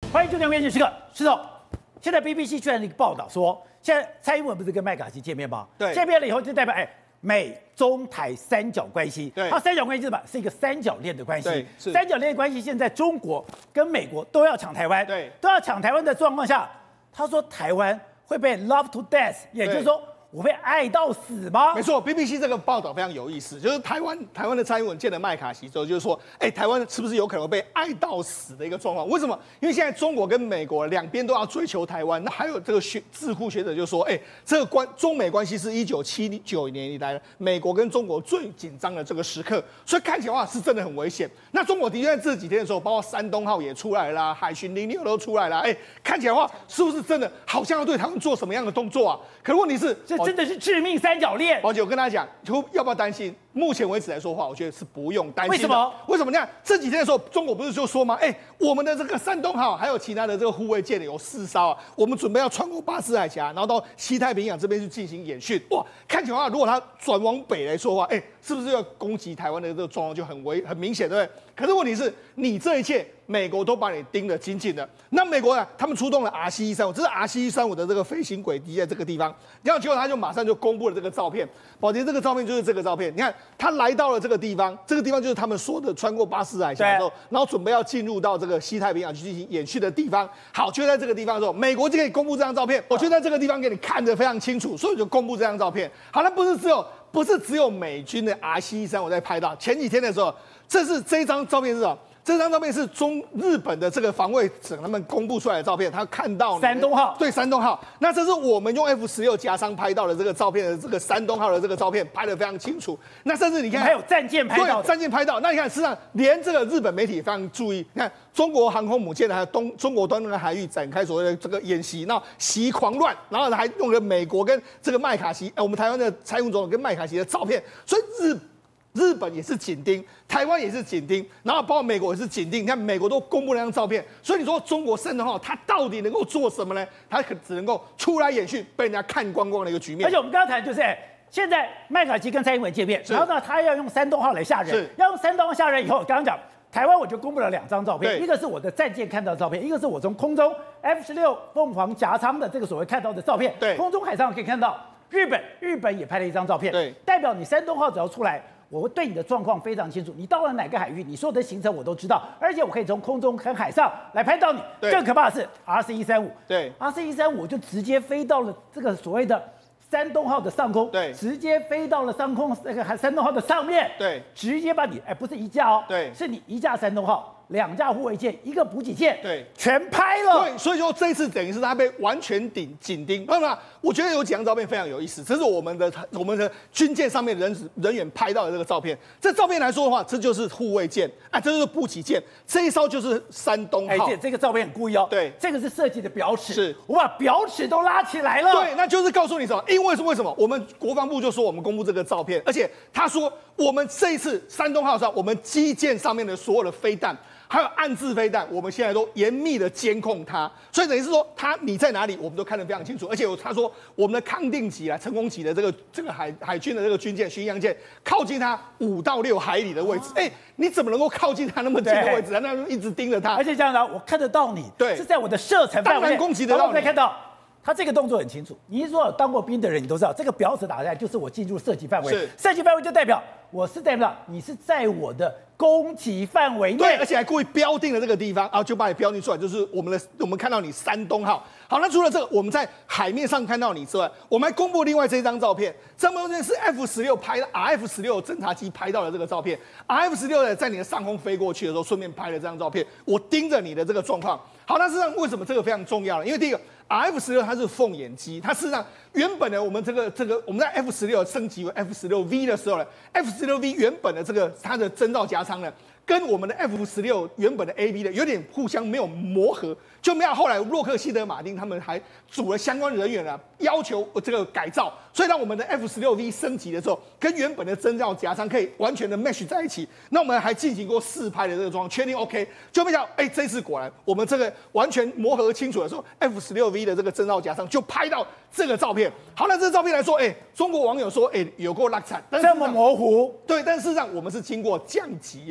欢迎收看《关键时刻》。石头，现在 BBC 居然一个报道说，现在蔡英文不是跟麦卡锡见面吗？ 对， 见面了以后就代表美中台三角关系。 对， 它三角关系是什么？是一个三角恋的关系。 对，是三角恋的关系。现在中国跟美国都要抢台湾， 对， 都要抢台湾的状况下，他说台湾会被 love to death， 也就是说。我会爱到死吗？ 没错 ，BBC 这个报道非常有意思，就是台湾的蔡英文见了麦卡锡之后，就是说，台湾是不是有可能被爱到死的一个状况？为什么？因为现在中国跟美国两边都要追求台湾，那还有这个智库学者就说，这个中美关系是1979年以来美国跟中国最紧张的这个时刻，所以看起来的话是真的很危险。那中国的确在这几天的时候，包括山东号也出来啦，海巡06都出来了，看起来的话是不是真的好像要对台湾做什么样的动作啊？可是问题是， 这真的是致命三角恋。 宝姐，我跟大家讲，要不要担心？目前为止来说话，我觉得是不用担心的。 为什么？ 为什么？你看这几天的时候，中国不是就说吗？我们的这个山东号还有其他的这个护卫舰有4艘啊，我们准备要穿过巴士海峡，然后到西太平洋这边去进行演训。哇，看起来的话，如果它转往北来说的话，是不是要攻击台湾的这个状况就很明显，对不对？可是问题是，你这一切美国都把你盯得紧紧的。那美国呢？他们出动了 RC-135，这是 RC-135的这个飞行轨迹在这个地方，然后结果他就马上就公布了这个照片。宝杰，这个照片就是这个照片。你看，他来到了这个地方，这个地方就是他们说的穿过巴士海峡之后，然后准备要进入到这个西太平洋去进行演训的地方。好，就在这个地方的时候，美国就可以公布这张照片。我就在这个地方给你看得非常清楚，所以就公布这张照片。好，那不是只有美军的 RC-135在拍到。前几天的时候，这一张照片是什么？这张照片是日本的这个防卫省他们公布出来的照片，他看到山东号， 对，山东号。那这是我们用 F-16加商拍到的这个照片的这个山东号的这个照片，拍得非常清楚。那甚至你看， 还有战舰拍到， 对，战舰拍到。那你看，事实上连这个日本媒体也非常注意，你看中国航空母舰还有中国东南海域展开所谓的这个演习，那习狂乱，然后还用了美国跟这个麦卡锡，我们台湾的蔡英文总统跟麦卡锡的照片，所以日本也是紧盯，台湾也是紧盯，然后包括美国也是紧盯。你看，美国都公布了那张照片，所以你说中国山东号它到底能够做什么呢？它只能够出来演训，被人家看光光的一个局面。 而且我们刚刚谈就是，现在麦卡锡跟蔡英文见面，然后呢，他要用山东号来吓人，要用山东号吓人以后，刚刚讲台湾我就公布了2张照片，一个是我的战舰看到的照片，一个是我从空中 F-16凤凰夹舱的这个所谓看到的照片。 对， 空中海上可以看到日本也拍了一张照片， 对， 代表你山东号只要出来。我会对你的状况非常清楚，你到了哪个海域，你所有的行程我都知道，而且我可以从空中跟海上来拍到你。更可怕的是 RC-135， 对 ，RC-135就直接飞到了这个所谓的山东号的上空， 对， 直接飞到了上空那个山东号的上面， 对， 直接把你不是一架哦， 对， 是你一架山东号。2架护卫舰，一个补给舰， 对， 全拍了。 对，所以说这一次等于是他被完全紧盯。那么我觉得有几张照片非常有意思，这是我们的军舰上面人员拍到的这个照片。这照片来说的话，这就是护卫舰，这就是补给舰，这一艘就是山东号。 这个照片很故意哦。 对， 这个是设计的表尺， 是我把表尺都拉起来了。 对，那就是告诉你什么？因为是为什么？我们国防部就说我们公布这个照片，而且他说我们这一次山东号上，我们基舰上面的所有的飞弹。还有暗制飞弹，我们现在都严密的监控它，所以等于是说你在哪里，我们都看得非常清楚。而且他说我们的康定级成功级的这个海军的这个军舰巡洋舰靠近它5到6海里的位置，你怎么能够靠近它那么近的位置？那一直盯着它， 而且这样的我看得到你， 对， 是在我的射程范围内， 当然攻击得到你。 我可以看到。他这个动作很清楚，你是说有当过兵的人，你都知道，这个表尺打下来就是我进入射击范围，射击范围就代表你是在我的攻击范围内， 对，而且还故意标定了这个地方，然后就把你标定出来，就是我们看到你山东号。好，那除了这个，我们在海面上看到你之外，我们还公布另外这张照片，这张照片是 F-16拍的 RF-16侦察机拍到的这个照片 ，RF-16在你的上空飞过去的时候，顺便拍了这张照片，我盯着你的这个状况。好，那事实上为什么这个非常重要呢？因为第一个 RF-16它是凤眼机，它事实上原本呢，我们我们在 F-16升级为 F-16V 的时候呢 ，F-16V 原本的它的侦察夹舱呢，跟我们的 F-16原本的 AB 的有点互相没有磨合，就没有后来洛克希德马丁他们还组了相关人员要求这个改造，所以让我们的 F-16V 升级的时候，跟原本的侦察夹舱可以完全的 mesh 在一起。那我们还进行过试拍的这个状况，确定 OK， 就没想到这次果然我们这个完全磨合清楚的时候 ，F-16V 的这个侦察夹舱就拍到这个照片。好，那这个照片来说，中国网友说，有够烂惨， 这么模糊。 对，但事实上我们是经过降级，也就是说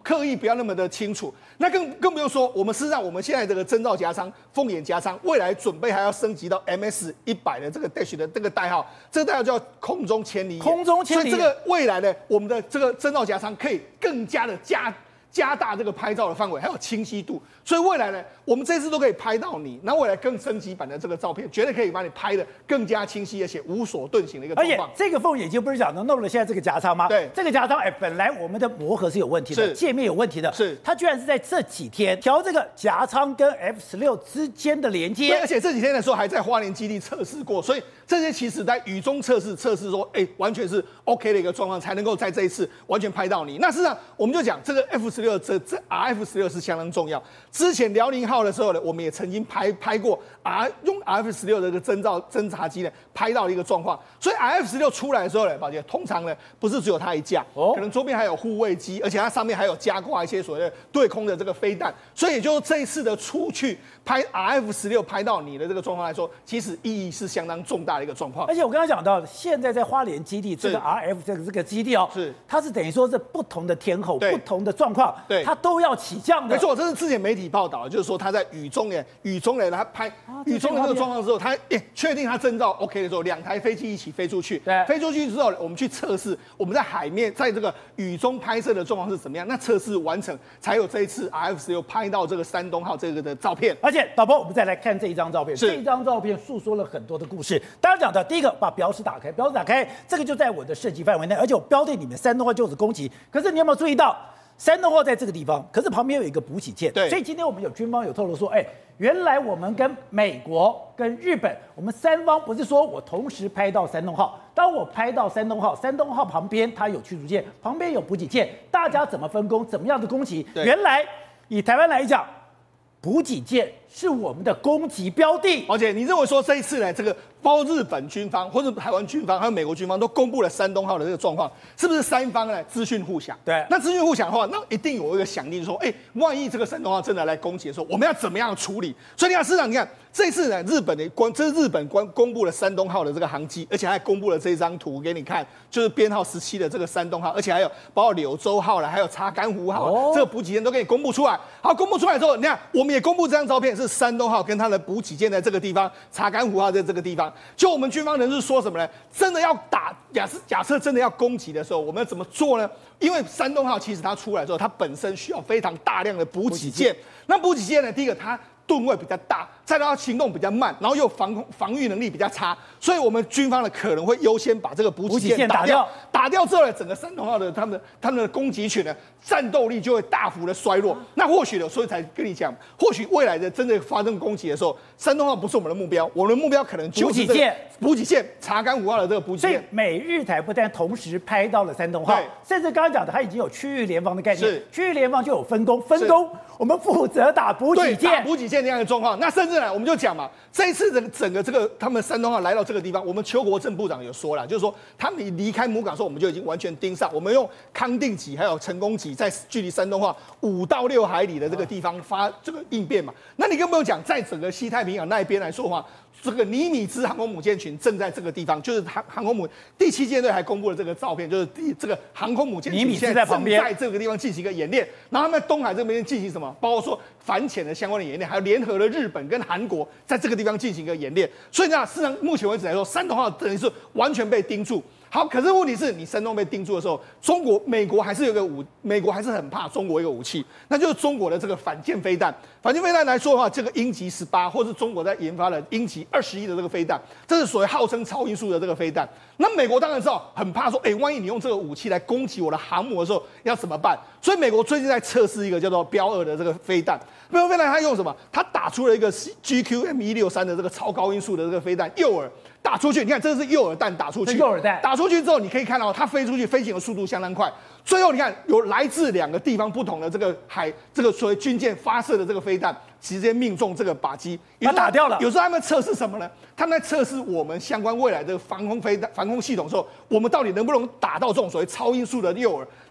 刻意不要那么的清楚。那更不用说，我们事实上我们现在这个侦照夹舱、凤眼夹舱，未来准备还要升级到 MS-100的这个 Dash 的这个代号，这个代号叫空中千里眼。 空中千里眼， 所以这个未来呢，我们的这个侦照夹舱可以更加的加大这个拍照的范围，还有清晰度。所以未来呢，我们这次都可以拍到你，那未来更升级版的这个照片，绝对可以把你拍的更加清晰，而且无所遁形的一个状况。 而且这个凤眼睛不是讲弄了现在这个夹舱吗？ 对， 这个夹舱，本来我们的磨合是有问题的，界面有问题的， 是它居然是在这几天调这个夹舱跟 F16之间的连接。 对，而且这几天的时候还在花莲基地测试过，所以这些其实在雨中测试说，完全是 OK 的一个状况，才能够在这一次完全拍到你。那事实上，我们就讲这个 F16这 RF16是相当重要。之前辽宁号的时候呢，我们也曾经拍过用 RF16的这个侦察机呢拍到一个状况。所以 RF16出来的时候呢，宝杰通常呢不是只有它一架，可能周边还有护卫机，而且它上面还有加挂一些所谓的对空的这个飞弹。所以也就这一次的出去拍 RF16拍到你的这个状况来说，其实意义是相当重大的一个状况。 而且我刚刚讲到，现在在花莲基地这个 RF 这个基地它是等于说是不同的天候、不同的状况，它都要起降的。 没错，这是之前媒体报道，就是说他在雨中呢，他拍雨中的这个状况之后，他确定他征兆 OK 的时候，2台飞机一起飞出去。 对， 飞出去之后，我们去测试我们在海面在这个雨中拍摄的状况是怎么样。那测试完成，才有这一次 RF16拍到这个山东号这个的照片。 而且导播，我们再来看这一张照片，这一张照片诉说了很多的故事。当然讲的第一个，把标识打开，这个就在我的射击范围内，而且我标定里面山东号就是攻击。可是你有没有注意到？山东号在这个地方，可是旁边有一个补给舰，所以今天我们有军方有透露说，原来我们跟美国、跟日本，我们三方不是说我同时拍到山东号，当我拍到山东号旁边它有驱逐舰，旁边有补给舰，大家怎么分工，怎么样的攻击？原来以台湾来讲，补给舰是我们的攻击标的。 而且你认为说这一次呢，这个包括日本军方或者台湾军方还有美国军方都公布了山东号的这个状况，是不是三方呢资讯互享？ 对， 那资讯互享的话，那一定有一个响应说，万一这个山东号真的来攻击的时候，我们要怎么样处理？所以你看，市长，你看这一次呢，这是日本公布了山东号的这个航机，而且还公布了这张图给你看，就是编号17的这个山东号，而且还有包括柳州号啦，还有查干湖号，这个补给舰都给你公布出来。好，公布出来之后，你看我们也公布这张照片，是山东号跟它的补给舰在这个地方，查干湖号在这个地方。就我们军方人士说什么呢？真的要打，假设真的要攻击的时候，我们要怎么做呢？因为山东号其实它出来之后，它本身需要非常大量的补给舰。那补给舰呢，第一个它吨位比较大，再加上行动比较慢，然后又防御能力比较差，所以我们军方呢可能会优先把这个补给舰打掉。打掉之后呢，整个山东号的他们的攻击群呢，战斗力就会大幅的衰弱。那或许呢，所以才跟你讲，或许未来的真的发生攻击的时候，山东号不是我们的目标，我们的目标可能就是补给舰查干湖号的这个补给舰。 所以美日台不但同时拍到了山东号，甚至刚刚讲的，它已经有区域联防的概念，区域联防就有分工，我们负责打补给舰， 打补给舰这样的状况。那甚至呢，我们就讲嘛，这一次整个这个他们山东号来到这个地方，我们邱国正部长有说了，就是说他们离开母港的时候，我们就已经完全盯上，我们用康定级还有成功级，在距离山东号5到6海里的这个地方发这个应变嘛。那你更不用讲，在整个西太平洋那一边来说的话，这个尼米兹航空母舰群正在这个地方，就是航空母第7舰队还公布了这个照片，就是这个航空母舰群现在正在这个地方进行一个演练，然后他们在东海这边进行什么？包括说反潜的相关的演练，还有联合了日本跟韩国在这个地方进行一个演练。所以呢，事实上目前为止来说，山东号等于是完全被盯住。好，可是问题是你山东被盯住的时候，美国还是美国还是很怕中国一个武器，那就是中国的这个反舰飞弹。反舰飞弹来说的话，这个鹰击18，或是中国在研发的鹰击21的这个飞弹，这是所谓号称超音速的这个飞弹。那美国当然知道，很怕说，万一你用这个武器来攻击我的航母的时候，要怎么办？所以美国最近在测试一个叫做标2的这个飞弹。标2飞弹它用什么？它打出了一个 GQM163的这个超高音速的这个飞弹，诱饵打出去。你看，这是诱饵弹打出去，打出去之后，你可以看到它飞出去，飞行的速度相当快。最后你看，有来自2个地方不同的这个所谓军舰发射的这个飞弹，直接命中这个靶机， 把它打掉了。 有时候他们测试什么呢？他们在测试我们相关未来的防空系统的时候，我们到底能不能打到这种所谓超音速的诱饵？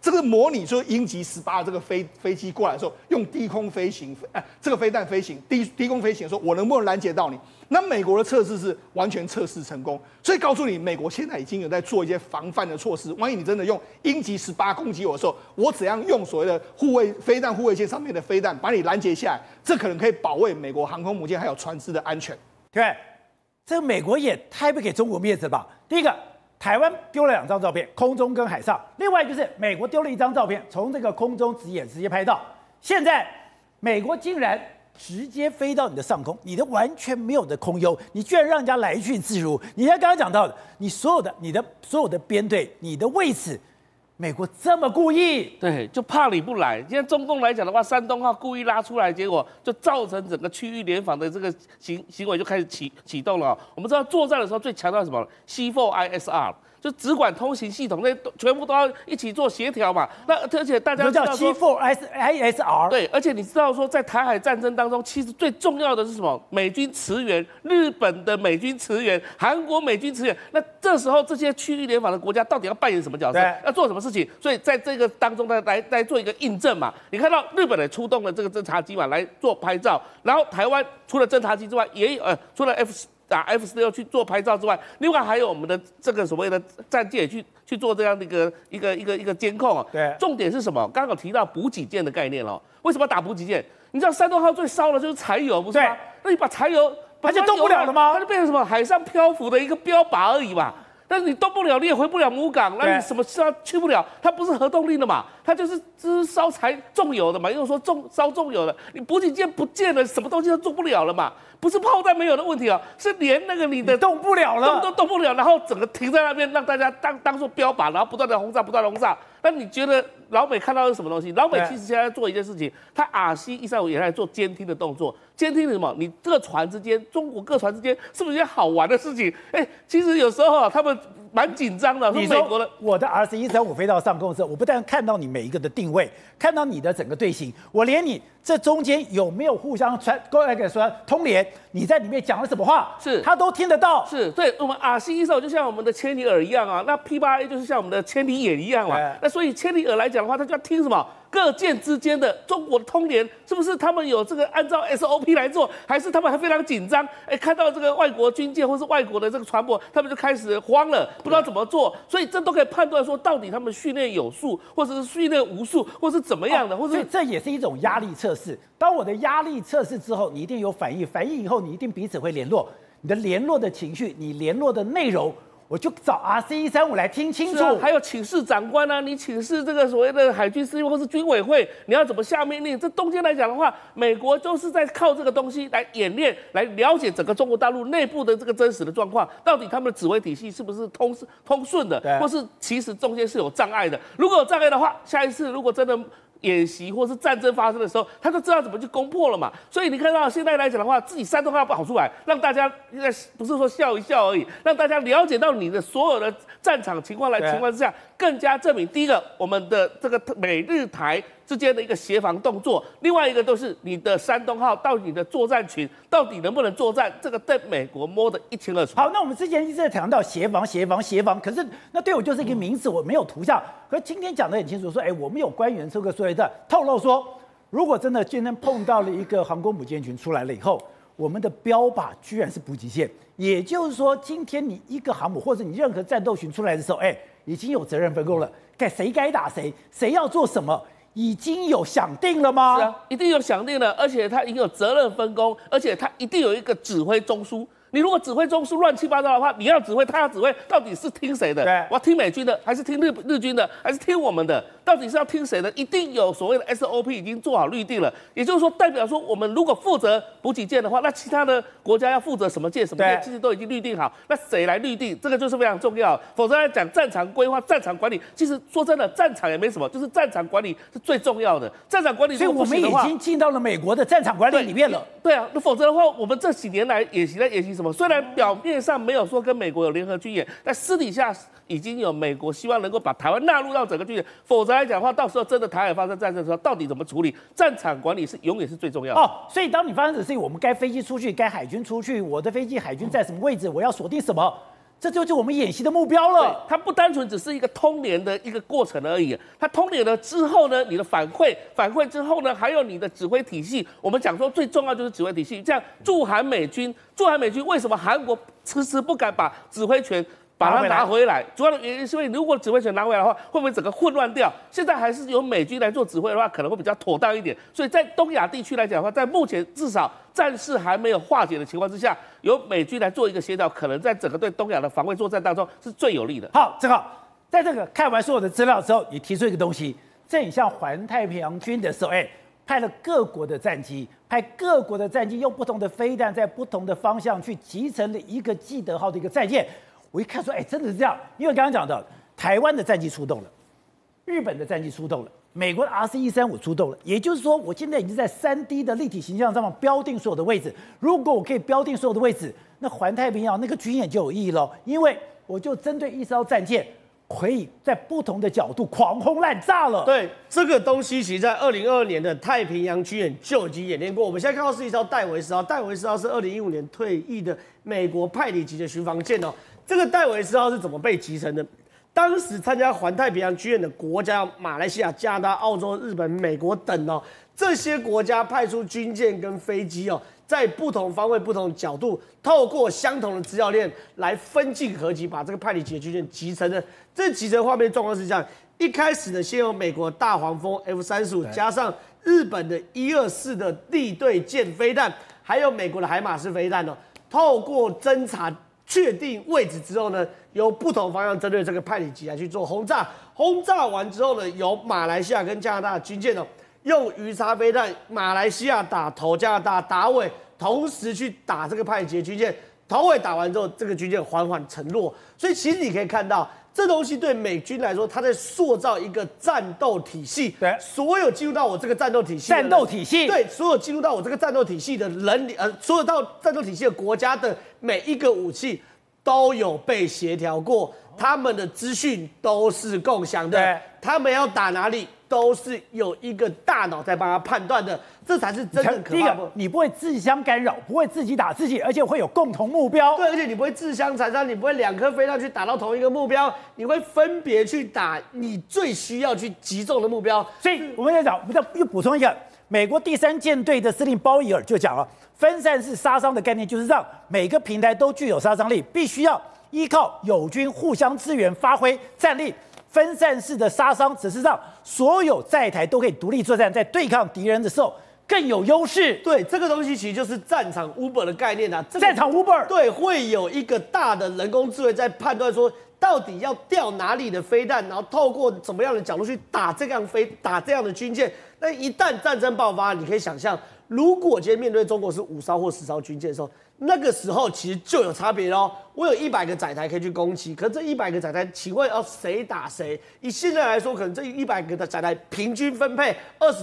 这个模拟说鹰击18这个飞机过来的时候，用低空飞行，这个飞弹飞行低空飞行的时候，我能不能拦截到你？那美国的测试是完全测试成功，所以告诉你，美国现在已经有在做一些防范的措施。万一你真的用鹰击18攻击我的时候，我怎样用所谓的飞弹护卫线上面的飞弹把你拦截下来？这可能可以保卫美国航空母舰还有船只的安全。 对，这个美国也太不给中国面子吧？第一个，台湾丢了2张照片，空中跟海上；另外就是美国丢了1张照片，从这个空中直接拍到。现在美国竟然直接飞到你的上空，你的完全没有的空优，你居然让人家来去自如。你像刚刚讲到的，你所有的编队，你的位置，美国这么故意， 对，就怕你不来。现在中共来讲的话，山东号故意拉出来，结果就造成整个区域联防的这个行为就开始启动了。我们知道作战的时候最强调什么 ？C4ISR。就只管通行系统，那全部都要一起做协调嘛。那而且大家知道说 ，C4ISR 对，而且你知道说，在台海战争当中，其实最重要的是什么？美军驰援，日本的美军驰援，韩国美军驰援。那这时候这些区域联防的国家到底要扮演什么角色？要做什么事情？所以在这个当中来做一个印证嘛。你看到日本也出动了这个侦察机嘛，来做拍照。然后台湾除了侦察机之外，也有除了F16去做拍照之外，另外还有我们的这个所谓的战舰去做这样的一个监控哦。 对， 重点是什么？刚刚有提到补给舰的概念哦。为什么要打补给舰？你知道山东号最烧的就是柴油，不是吗？那你把柴油， 它就动不了了吗？ 它就变成什么海上漂浮的一个标靶而已嘛。但是你动不了，你也回不了母港，那你什么事去不了？它不是核动力的嘛，它就是烧柴重油的嘛。因为说烧重油的，你补给舰不见了，什么东西都做不了了嘛。不是炮弹没有的问题啊，是连那个你的动不了了， 动不了，然后整个停在那边，让大家当做标靶，然后不断的轰炸。那你觉得老美看到的是什么东西？老美其实现在在做一件事情，他RC-135也在做监听的动作。监听什么？你这个船之间，中国各船之间是不是一件好玩的事情？其实有时候他们蛮紧张的。 你说我的 RC-135飞到上空的时候，我不但看到你每一个的定位，看到你的整个队形，我连你这中间有没有互相通联，你在里面讲了什么话，他都听得到。 是对，我们RC-135就像我们的千里耳一样啊，那 P8A 就是像我们的千里眼一样嘛。那所以千里耳来讲的话，他就要听什么？各舰之间的中国的通联，是不是他们有这个按照 SOP 来做，还是他们还非常紧张？看到这个外国军舰或是外国的这个船舶，他们就开始慌了，不知道怎么做。所以这都可以判断说，到底他们训练有素，或者是训练无素，或是怎么样的，或者所以这也是一种压力测试。当我的压力测试之后，你一定有反应，反应以后你一定彼此会联络，你的联络的情绪，你联络的内容。我就找 RC-135来听清楚， 还有请示长官啊，你请示这个所谓的海军司令或是军委会，你要怎么下命令？这中间来讲的话，美国就是在靠这个东西来演练，来了解整个中国大陆内部的这个真实的状况，到底他们的指挥体系是不是通顺的，或是其实中间是有障碍的。如果有障碍的话，下一次如果真的演习或是战争发生的时候，他就知道怎么去攻破了嘛。所以你看到现在来讲的话，自己山东话跑出来，让大家不是说笑一笑而已，让大家了解到你的所有的战场情况之下，更加证明第一个，我们的这个美日台之间的一个协防动作，另外一个都是你的山东号到你的作战群到底能不能作战，这个在美国摸得一清二楚。 好，那我们之前一直在谈到协防，可是那对我就是一个名词，我没有图像。可是今天讲得很清楚，说，我们有官员这个所谓的透露说，如果真的今天碰到了一个航空母舰群出来了以后，我们的标靶居然是补给舰，也就是说，今天你一个航母或者你任何战斗群出来的时候，已经有责任分工了，谁该打谁，谁要做什么。已经有想定了吗？ 是啊，一定有想定了，而且他已经有责任分工，而且他一定有一个指挥中枢。你如果指挥中枢乱七八糟的话，你要指挥，他要指挥，到底是听谁的？我要听美军的，还是听日军的，还是听我们的？到底是要听谁的？一定有所谓的 SOP 已经做好预定了。也就是说，代表说我们如果负责补给舰的话，那其他的国家要负责什么舰，其实都已经预定好。那谁来预定？这个就是非常重要。否则来讲，战场规划、战场管理，其实说真的，战场也没什么，就是战场管理是最重要的。战场管理， 所以我们已经进到了美国的战场管理里面了。 对啊，那否则的话，我们这几年来演习什么？虽然表面上没有说跟美国有联合军演，但私底下已经有美国希望能够把台湾纳入到整个军演。否则来讲的话，到时候真的台海发生战争的时候，到底怎么处理？战场管理是永远是最重要的。 所以当你发生的事情，我们该飞机出去，该海军出去，我的飞机海军在什么位置，我要锁定什么， 这就是我们演习的目标了。 它不单纯只是一个通联的一个过程而已，它通联了之后呢，你的反馈之后呢，还有你的指挥体系。我们讲说最重要就是指挥体系，这样驻韩美军为什么韩国迟迟不敢把指挥权把它拿回来？主要的原因是因为如果指挥权拿回来的话，会不会整个混乱掉？现在还是由美军来做指挥的话，可能会比较妥当一点。所以在东亚地区来讲的话，在目前至少战事还没有化解的情况之下，由美军来做一个协调，可能在整个对东亚的防卫作战当中是最有利的。 好，正好在这个看完所有的资料之后，你提出一个东西，这很像环太平洋军的时候，派了各国的战机，用不同的飞弹在不同的方向去集成了一个基德号的一个战舰。我一看说，真的是这样，因为刚刚讲到台湾的战机出动了，日本的战机出动了，美国的 RC-135出动了，也就是说，我现在已经在3D 的立体形象上面标定所有的位置。如果我可以标定所有的位置，那环太平洋那个军演就有意义了，因为我就针对一艘战舰，可以在不同的角度狂轰滥炸了。 对，这个东西其实在2022年的太平洋军演就已经演练过。我们现在看到是一艘戴维斯号，戴维斯号是2015年退役的美国派里级的巡防舰哦。这个戴维斯号是怎么被集成的？当时参加环太平洋军演的国家，马来西亚、加拿大、澳洲、日本、美国等哦，这些国家派出军舰跟飞机哦，在不同方位、不同角度，透过相同的资料链来分进合集，把这个派里级的军舰集成的。这集成画面状况是这样：一开始呢，先由美国大黄蜂 F-35加上日本的124的地对舰飞弹，还有美国的海马式飞弹哦，透过侦察确定位置之后呢，由不同方向针对这个派里级来去做轰炸。轰炸完之后呢，由马来西亚跟加拿大的军舰哦，用鱼叉飞弹，马来西亚打头，加拿大打尾，同时去打这个派里级的军舰。头尾打完之后，这个军舰缓缓沉落。所以其实你可以看到，这东西对美军来说，它在塑造一个战斗体系。 对， 所有进入到我这个战斗体系，对，所有进入到我这个战斗体系的人，所有到战斗体系的国家的每一个武器都有被协调过，他们的资讯都是共享的，他们要打哪里都是有一个大脑在帮他判断的，这才是真正可怕的。 第一个，你不会自相干扰，不会自己打自己，而且会有共同目标。 对，而且你不会自相残杀，你不会2颗飞弹去打到同一个目标，你会分别去打你最需要去击中的目标。 所以我们在讲，我们再又补充一个，美国第3舰队的司令鲍伊尔就讲了，分散式杀伤的概念就是让每个平台都具有杀伤力，必须要依靠友军互相支援，发挥战力。分散式的杀伤只是让所有在台都可以独立作战，在对抗敌人的时候更有优势。 对，这个东西其实就是战场 Uber 的概念啊。 战场 Uber 对，会有一个大的人工智慧在判断说，到底要调哪里的飞弹，然后透过怎么样的角度去打这样的军舰。那一旦战争爆发，你可以想象，如果今天面对中国是5艘或10艘军舰的时候，那个时候其实就有差别咯。我有100个载台可以去攻击，可是这100个载台，请问要谁打谁？以现在来说，可能这100个的载台平均分配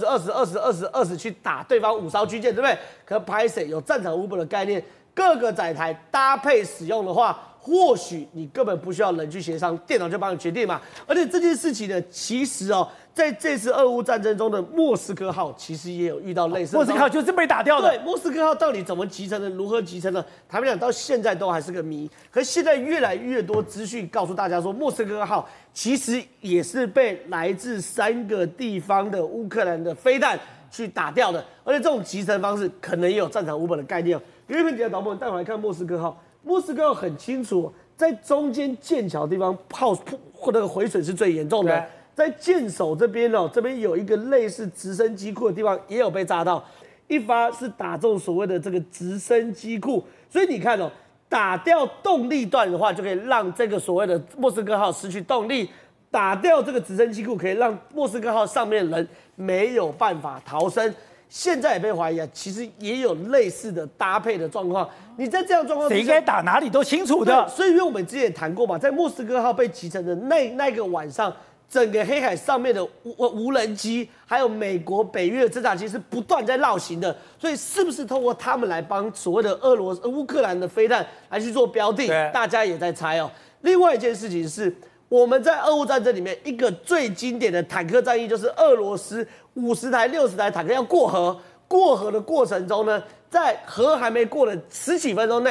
20去打对方5艘军舰，对不对？可拍谁有战场Uber的概念，各个载台搭配使用的话，或许你根本不需要人去协商，电脑就帮你决定嘛。而且这件事情呢，其实在这次俄乌战争中的莫斯科号其实也有遇到类似的。 莫斯科号就是被打掉的。 对，莫斯科号到底怎么集成的，如何集成的，坦白讲到现在都还是个谜。可是现在越来越多资讯告诉大家说，莫斯科号其实也是被来自3个地方的乌克兰的飞弹去打掉的，而且这种集成方式可能也有战场Uber的概念。原本几个导播带回来看莫斯科号，莫斯科号很清楚，在中间剑桥地方那个毁损是最严重的。在舰首这边这边有一个类似直升机库的地方也有被炸到，一发是打中所谓的这个直升机库，所以你看打掉动力段的话，就可以让这个所谓的莫斯科号失去动力；打掉这个直升机库，可以让莫斯科号上面的人没有办法逃生。现在也被怀疑其实也有类似的搭配的状况。你在这样状况之下， 谁该打哪里都清楚的。 所以因为我们之前也谈过嘛，在莫斯科号被集成的那个晚上，整个黑海上面的无人机，还有美国北约的侦察机是不断在绕行的，所以是不是透过他们来帮所谓的乌克兰的飞弹来去做标定？大家也在猜另外一件事情是，我们在俄乌战争里面一个最经典的坦克战役，就是俄罗斯50台、60台坦克要过河的过程中呢，在河还没过的10几分钟内，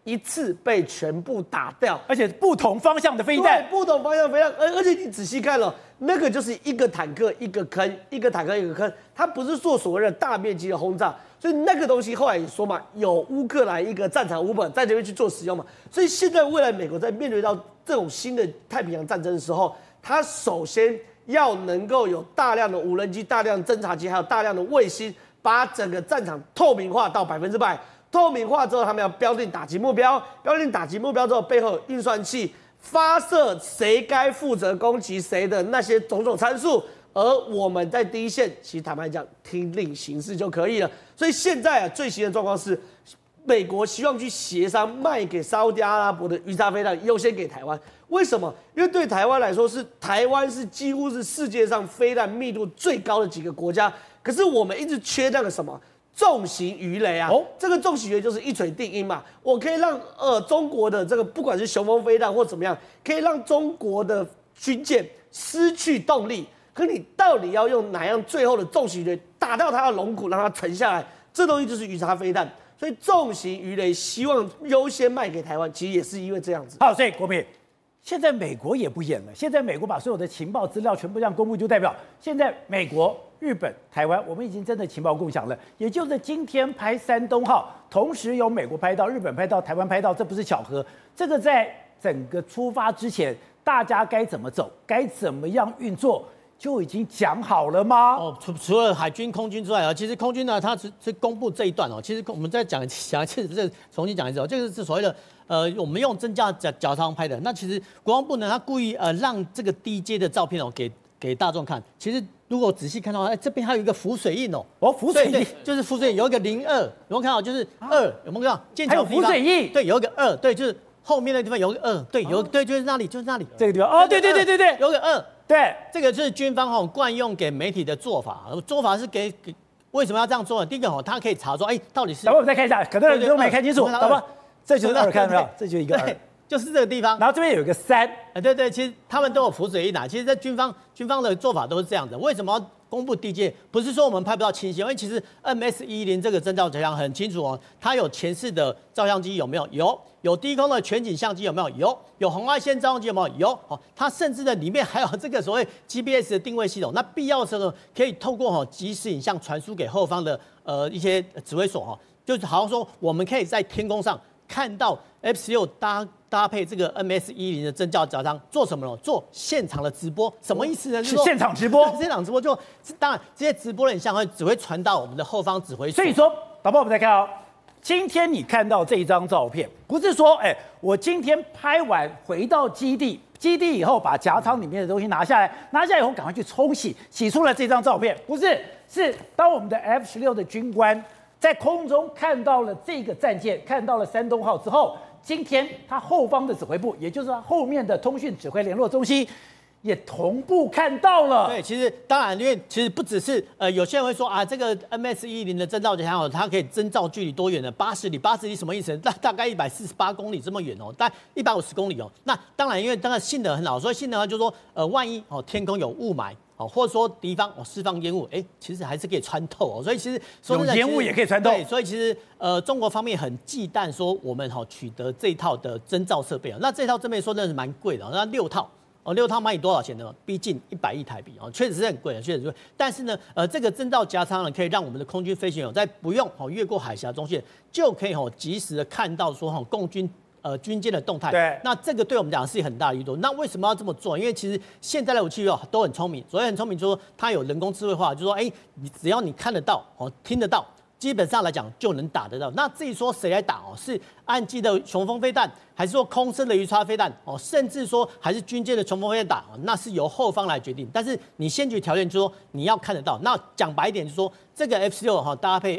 一次被全部打掉， 而且不同方向的飞弹， 对，不同方向飞弹，而且你仔细看了，那个就是一个坦克一个坑，一个坦克一个坑，它不是做所谓的大面积的轰炸，所以那个东西后来也说嘛，有乌克兰一个战场5本在这边去做使用嘛，所以现在未来美国在面对到这种新的太平洋战争的时候，它首先要能够有大量的无人机、大量的侦察机，还有大量的卫星，把整个战场透明化到100%。透明化之后，他们要标定打击目标，标定打击目标之后，背后有运算器发射谁该负责攻击谁的那些种种参数，而我们在第一线，其实坦白讲，听令行事就可以了。所以现在啊，最新的状况是，美国希望去协商卖给沙特阿拉伯的鱼叉飞弹优先给台湾。为什么？因为对台湾来说，台湾是几乎是世界上飞弹密度最高的几个国家，可是我们一直缺那个什么？重型鱼雷啊，这个重型鱼雷就是一锤定音嘛。我可以让中国的这个不管是雄风飞弹或怎么样，可以让中国的军舰失去动力。可你到底要用哪样最后的重型鱼雷打到它的龙骨，让它沉下来？这东西就是鱼叉飞弹。所以重型鱼雷希望优先卖给台湾，其实也是因为这样子。 好，所以国民。现在美国也不演了，现在美国把所有的情报资料全部这样公布，就代表现在美国、日本、台湾，我们已经真的情报共享了。也就是今天拍山东号，同时有美国拍到、日本拍到、台湾拍到，这不是巧合。这个在整个出发之前，大家该怎么走，该怎么样运作，就已经讲好了吗？ 哦，除了海军、空军之外啊，其实空军呢，它是公布这一段哦。其实我们再讲一次，这重新讲一次哦，这个是所谓的。我们用真假脚舱拍的，那其实国防部呢，他故意让这个低阶的照片哦给大众看。其实如果仔细看到，这边还有一个浮水印哦， 浮水印就是浮水印，有一个02，有没有看到？就是2，有没有看到？剑桥还有浮水印， 对，有一个2，对，就是后面的地方有个2，对，对，就是那里， 这个地方哦，对， 有个2， 对， 这个就是军方惯用给媒体的做法是给为什么要这样做呢？第一个他可以查说，到底是， 等会我们再看一下，可能你都没看清楚，好吧？这就是2，看到没有？这就是一个2， 就是这个地方。 然后这边有一个3， 对，其实他们都有浮水印啊。其实，在军方的做法都是这样的。为什么要公布低阶？不是说我们拍不到清晰，因为其实 MS-10这个侦照照相很清楚哦，它有前视的照相机有没有？有低空的全景相机有没有？有红外线照相机有没有？哦，它甚至呢里面还有这个所谓 GPS 的定位系统。那必要的时候可以透过即时影像传输给后方的一些指挥所哈，就是好像说我们可以在天空上。看到 F-16搭配这个 MS-10的侦照脚舱做什么呢？做现场的直播，什么意思呢？ 是现场直播， 现场直播就当然这些直播的影像只会传到我们的后方指挥所。 所以说，导播我们再看哦，今天你看到这一张照片，不是说我今天拍完回到基地以后把夹舱里面的东西拿下来以后赶快去冲洗出了这张照片，不是，是当我们的 F-16的军官。在空中看到了这个战舰，看到了山东号之后，今天他后方的指挥部，也就是他后面的通讯指挥联络中心，也同步看到了。 对，其实当然，因为其实不只是有些人会说这个 MS-10的侦照脚舱它可以侦照距离多远呢？80里什么意思？大概148公里这么远哦，大概150公里哦。那当然，因为当然性能很好，所以性能就是说万一天空有雾霾。或者说敌方释放烟雾，其实还是可以穿透所以其实有烟雾也可以穿透。 对，所以其实中国方面很忌惮说我们取得这一套的侦照设备那这套设备说真的是蛮贵的那6套6套卖你多少钱呢？逼近100亿台币确实是很贵的，确实是贵。但是呢，这个侦照夹舱呢，可以让我们的空军飞行员在不用越过海峡中线，就可以及时的看到说共军。军舰的动态， 对， 那这个对我们讲是很大的益处。那为什么要这么做？因为其实现在的武器都很聪明，所以很聪明，就是说它有人工智慧化，就是说，你只要你看得到，听得到，基本上来讲就能打得到。那至于说谁来打是岸基的雄风飞弹，还是说空射的鱼叉飞弹甚至说还是军舰的雄风飞弹打那是由后方来决定。但是你先决条件就是说你要看得到。那讲白一点就是说，这个 F-16搭配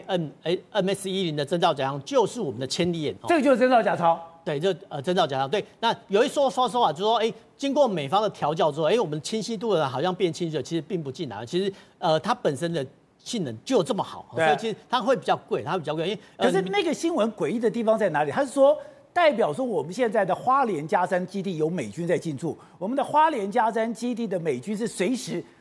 MS-10的侦照脚舱就是我们的千里眼这个就是侦照夹舱。 对，就侦照夹舱。对，那有一说法就是说，经过美方的调教之后，我们清晰度呢好像变清晰了，其实并不尽然。其实它本身的性能就这么好，所以其实它会比较贵，因为可是那个新闻诡异的地方在哪里？他是说代表说我们现在的花莲嘉山基地有美军在进驻，我们的花莲嘉山基地的美军是随时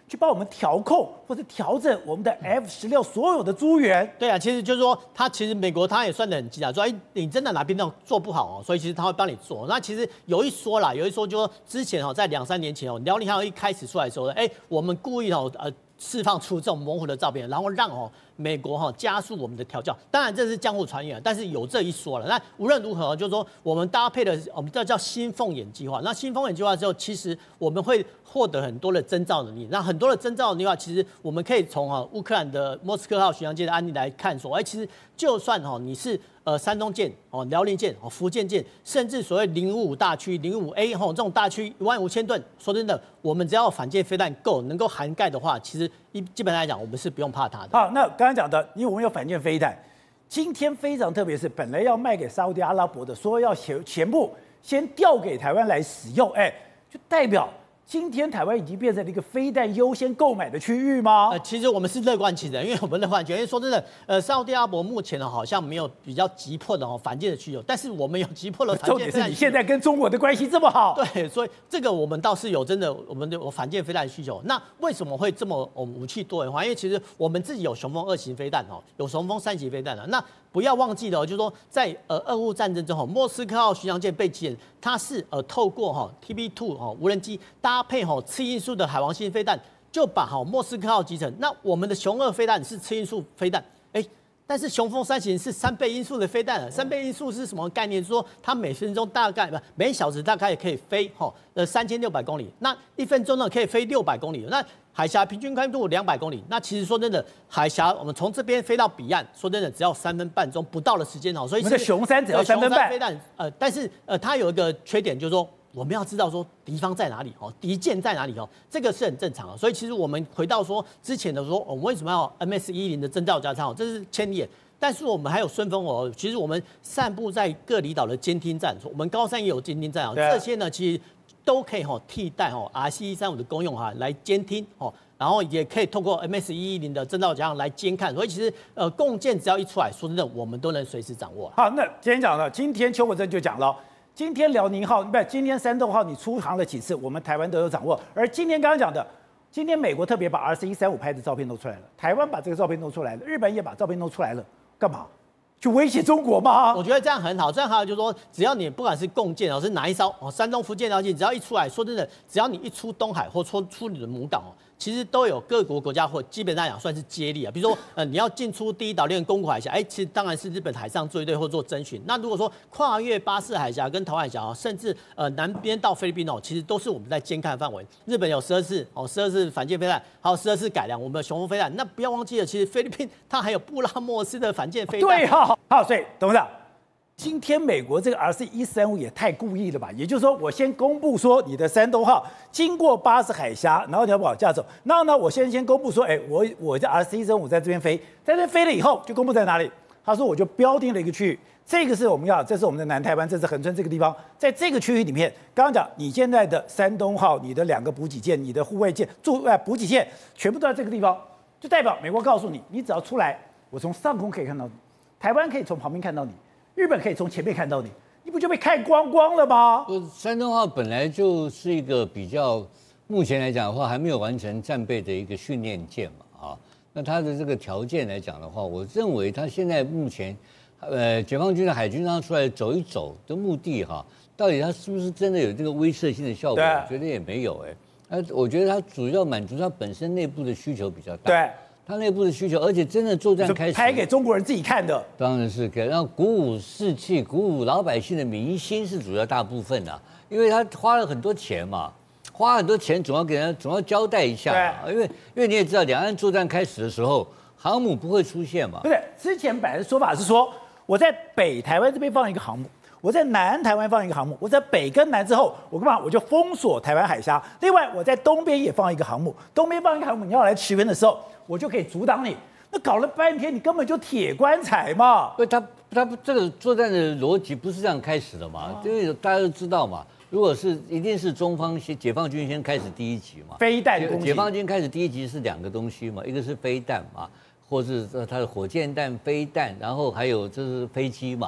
去帮我们调控或者调整我们的 F-16所有的资源。 对啊，其实就是说，其实美国他也算得很急啊，说你真的哪边都做不好哦，所以其实他会帮你做。那其实有一说就说之前在2-3年前辽宁号一开始出来的时候，我们故意释放出这种模糊的照片，然后让美国加速我们的调教。当然这是江湖传言，但是有这一说了。那无论如何，就是说我们搭配的我们这叫新凤眼计划。那新凤眼计划之后，其实我们会获得很多的征兆能力。那很多的征兆能力的话，其实我们可以从乌克兰的莫斯科号巡洋舰的案例来看说，其实就算你是山东舰、辽宁舰、福建舰，甚至所谓055大区、055A 这种大区15000吨，说真的，我们只要反舰飞弹够能够涵盖的话，其实基本上来讲，我们是不用怕它的。 好，那刚刚讲的，因为我们有反舰飞弹，今天非常特别是，本来要卖给沙烏地阿拉伯的，说要全部先调给台湾来使用，就代表今天台湾已经变成了一个飞弹优先购买的区域吗？ 其实我们是乐观其成，因为我们乐观其成。因为说真的，沙烏地阿拉伯目前好像没有比较急迫的反舰的需求，但是我们有急迫的反舰飞弹。 重点是你现在跟中国的关系这么好， 对，所以这个我们倒是有真的我们有反舰飞弹的需求。那为什么会这么武器多元化？因为其实我们自己有雄风2型飞弹有雄风3型飞弹那不要忘记了，就是说在俄乌战争中莫斯科号巡洋舰被击沉，它是透过TB2无人机搭配次音速的海王星飞弹，就把莫斯科号击沉。那我们的雄2飞弹是次音速飞弹，但是雄风3型是3倍音速的飞弹3倍音速是什么概念？就是说它每小时大概可以飞3600公里，那1分钟呢可以飞600公里。那海峡平均宽度200公里，那其实说真的，海峡我们从这边飞到彼岸，说真的只要3分半钟不到的时间所以我们的雄3只要3分半。 飞弹但是它有一个缺点，就是说我们要知道说敌方在哪里敌舰在哪里这个是很正常所以其实我们回到说之前的说，我们为什么要 MS-10的征兆加仓这是千里眼。但是我们还有顺风其实我们散布在各离岛的监听站，我们高山也有监听站这些呢其实都可以替代RC-135的功用来监听然后也可以透过 MS-110的征兆加上来监看，所以其实共建只要一出来，说真的我们都能随时掌握。 好，那今天讲了，今天邱国正就讲了，今天辽宁号今天山东号你出航了几次，我们台湾都有掌握。而今天刚刚讲的，今天美国特别把 RC-135拍的照片弄出来了，台湾把这个照片弄出来了，日本也把照片弄出来了，干嘛？去威胁中国吗？ 我觉得这样很好，这样好就是说，只要你不管是共建是哪一艘山东、福建辽舰，只要一出来，说真的，只要你一出东海或出你的母港其实都有各国国家或基本上讲算是接力比如说你要进出第一岛链宫古海峡，其实当然是日本海上自卫队或做侦巡。那如果说跨越巴士海峡跟台湾海峡甚至南边到菲律宾其实都是我们在监看范围。日本有12次反舰飞弹，还有12次改良我们的雄风飞弹。那不要忘记了，其实菲律宾它还有布拉莫斯的反舰飞弹。 对好，所以董事长。今天美国这个 RC-135也太故意了吧？也就是说，我先公布说你的山东号经过巴士海峡，然后你要往下走，然后呢，我先公布说，我这 RC-135在这边飞，在这边飞了以后就公布在哪里？他说我就标定了一个区域，这个是我们这是我们的南台湾，这是恒春这个地方，在这个区域里面，刚刚讲你现在的山东号、你的2个补给舰、你的护卫舰、补给舰全部都在这个地方，就代表美国告诉你，你只要出来，我从上空可以看到你，台湾可以从旁边看到你。日本可以从前面看到你，你不就被看光光了吗？ 山东号本来就是一个比较，目前来讲的话，还没有完成战备的一个训练舰嘛，那它的这个条件来讲的话，我认为它现在目前，解放军的海军让它出来走一走的目的到底它是不是真的有这个威慑性的效果？我觉得也没有我觉得它主要满足它本身内部的需求比较大。 对。 他内部的需求，而且真的作战开始拍给中国人自己看的， 当然是给让鼓舞士气、鼓舞老百姓的民心是主要大部分因为他花了很多钱嘛，花很多钱总要交代一下因为你也知道，两岸作战开始的时候，航母不会出现嘛， 不是之前本来的说法是说，我在北台湾这边放一个航母。我在南台湾放一个航母，我在北跟南之后，我干嘛？我就封锁台湾海峡。另外，我在东边也放一个航母，东边放一个航母，你要来驰援的时候，我就可以阻挡你。那搞了半天，你根本就铁棺材嘛！ 不，他这个作战的逻辑不是这样开始的嘛？因为大家都知道嘛，如果是一定是中方解放军先开始第一集嘛， 飞弹攻击。 解放军开始第一集是2个东西嘛，一个是飞弹嘛，或是它的火箭弹、飞弹，然后还有就是飞机嘛。 对。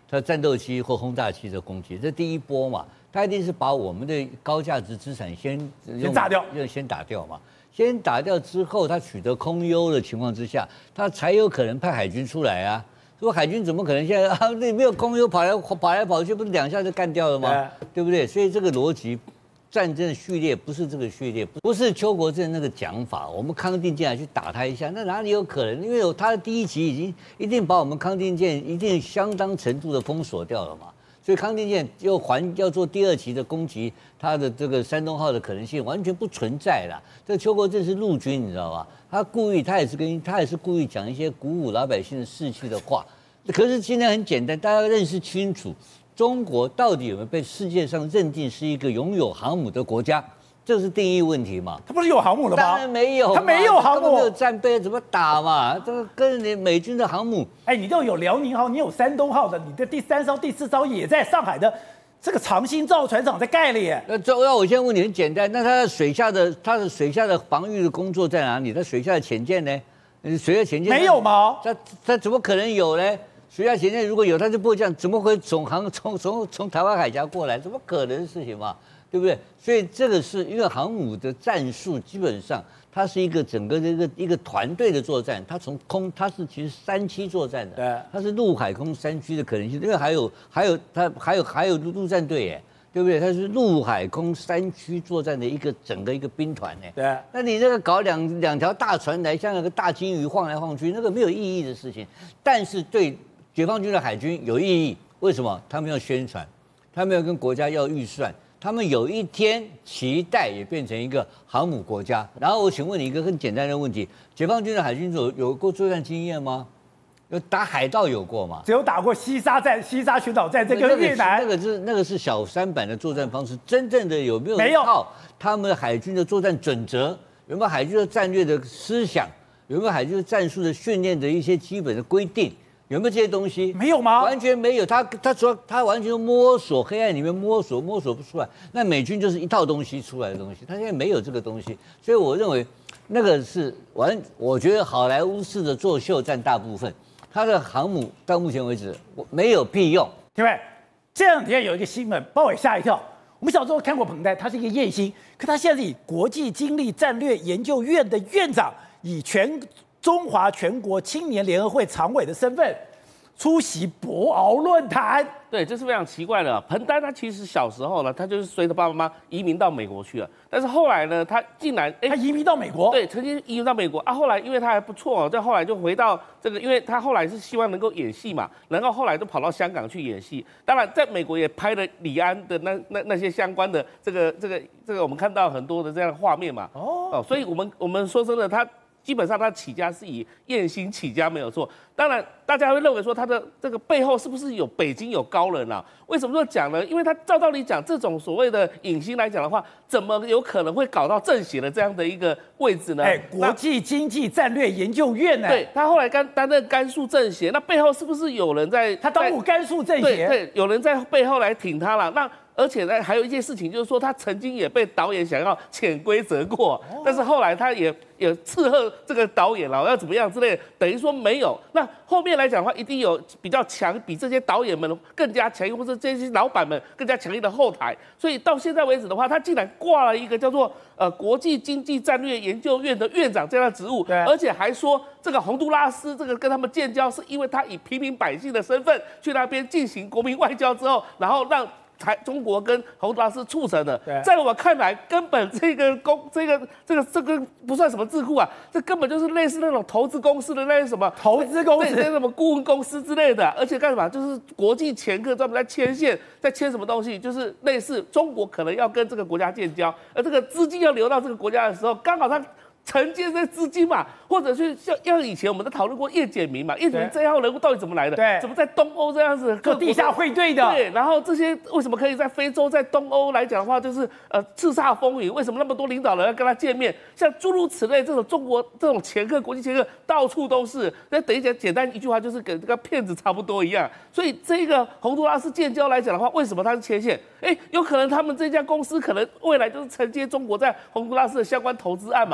它战斗机或轰炸机的攻击，这第一波嘛，它一定是把我们的高价值资产先炸掉， 先打掉嘛。先打掉之后，它取得空优的情况之下，它才有可能派海军出来啊。说海军怎么可能现在啊？你没有空优跑来跑去，不是2下就干掉了吗？对不对？所以这个逻辑，战争序列不是这个序列，不是邱国正那个讲法。我们康定舰去打他一下，那哪里有可能？因为有他的第一集一定把我们康定舰一定相当程度的封锁掉了嘛。所以康定舰要做第2期的攻击，它的这个山东号的可能性完全不存在了。这个邱国正是陆军，你知道吧？他也是故意讲一些鼓舞老百姓的士气的话。可是现在很简单，大家认识清楚，中国到底有没有被世界上认定是一个拥有航母的国家？这是定义问题嘛？ 他不是有航母了吗？ 当然没有， 他没有航母， 没有战备，怎么打嘛？这个跟你美军的航母， 哎，你都有辽宁号，你有山东号的，你的第3艘、第4艘也在上海的这个长兴造船厂在盖了耶。 那我先问你，很简单，那它的水下的防御的工作在哪里？它水下的潜舰呢？水下潜舰没有吗？ 它怎么可能有呢？水下潜舰如果有，它就不会这样，怎么会从台湾海峡过来？怎么可能的事情嘛？对不对？所以这个是因为航母的战术基本上它是一个整个一个团队的作战，它从空它是其实3栖作战的， 对， 它是陆海空3区的可能性，因为还有陆战队耶，对不对？它是陆海空3区作战的整个一个兵团呢。 对， 那你那个搞两条大船来像那个大鲸鱼晃来晃去，那个没有意义的事情，但是对解放军的海军有意义。为什么？他们要宣传，他们要跟国家要预算。他们有一天期待也变成一个航母国家。然后我请问你一个很简单的问题：解放军的海军有过作战经验吗？有打海盗有过吗？ 只有打过西沙战、西沙群岛战争跟越南。 那个是小三版的作战方式。真正的有没有没有他们海军的作战准则？有没有海军的战略的思想？有没有海军的战术的训练的一些基本的规定？有没有这些东西？ 没有吗？ 完全没有。他完全摸索，黑暗里面摸索不出来。那美军就是一套东西出来的东西，他现在没有这个东西，所以我认为那个是我觉得好莱坞式的作秀占大部分。他的航母到目前为止没有屁用。 各位，这两天有一个新闻把我吓一跳。我们小时候看过彭丹，他是一个艳星，可他现在是以国际经历战略研究院的院长，以中华全国青年联合会常委的身份出席博鳌论坛。 对，这是非常奇怪的。彭丹他其实小时候呢，他就是随着爸爸妈妈移民到美国去了，但是后来呢，他竟然他移民到美国， 对，曾经移民到美国啊。后来因为他还不错哦，再后来就回到这个，因为他后来是希望能够演戏嘛，然后后来就跑到香港去演戏。当然，在美国也拍了李安的那些相关的这个，我们看到很多的这样的画面嘛。哦，所以我们说真的，他。基本上他起家是以艳星起家没有错，当然大家会认为说他的这个背后是不是有北京有高人啊？为什么这么讲呢？因为他照道理讲，这种所谓的影星来讲的话，怎么有可能会搞到政协的这样的一个位置呢？ 国际经济战略研究院呢？ 对，他后来担任甘肃政协，那背后是不是有人在？ 他当过甘肃政协， 对，有人在背后来挺他了。那而且呢，还有一件事情就是说，他曾经也被导演想要潜规则过，但是后来他也斥喝这个导演了，要怎么样之类的，等于说没有。那后面来讲的话，一定有比较强，比这些导演们更加强硬，或者这些老板们更加强硬的后台。所以到现在为止的话，他竟然挂了一个叫做国际经济战略研究院的院长这样的职务，而且还说这个洪都拉斯这个跟他们建交，是因为他以平民百姓的身份去那边进行国民外交之后，然后让中国跟洪都拉斯促成的，在我看来，根本这个不算什么智库啊，这根本就是类似那种投资公司的那些什么投资公司、 那什么顾问公司之类的，而且干什么？就是国际掮客专门在牵线，在牵什么东西？就是类似中国可能要跟这个国家建交，而这个资金要流到这个国家的时候，刚好他承接这些资金嘛，或者是像以前我们都讨论过叶简明嘛，叶简明这号人物到底怎么来的？ 对， 怎么在东欧这样子做地下汇兑的？ 对，然后这些为什么可以在非洲、在东欧来讲的话，就是叱咤风云？为什么那么多领导人要跟他见面？像诸如此类这种中国这种掮客、国际掮客到处都是。那等于讲简单一句话，就是跟这个骗子差不多一样。所以这个洪都拉斯建交来讲的话，为什么他是牵线？有可能他们这家公司可能未来就是承接中国在洪都拉斯的相关投资案嘛？那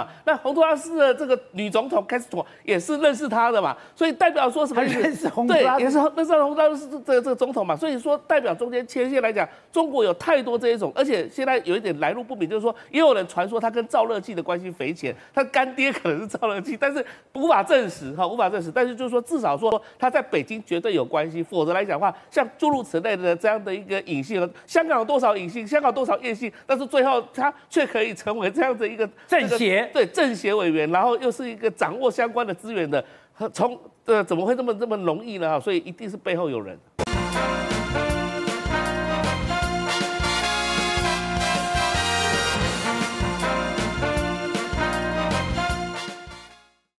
洪都拉斯的这个女总统 Castro 也是认识他的嘛，所以代表说什么意思？ 认识洪都拉斯， 对，也是认识洪都拉斯这个总统嘛，所以说代表中间牵线来讲，中国有太多这一种，而且现在有一点来路不明，就是说也有人传说他跟赵乐际的关系匪浅，他干爹可能是赵乐际，但是无法证实哈，无法证实，但是就是说至少说他在北京绝对有关系，否则来讲的话，像诸如此类的这样的一个隐性，香港有多少隐性，香港多少艳性，但是最后他却可以成为这样的一个政协， 对政协委员，然后又是一个掌握相关的资源的，怎么会这么容易呢？所以一定是背后有人。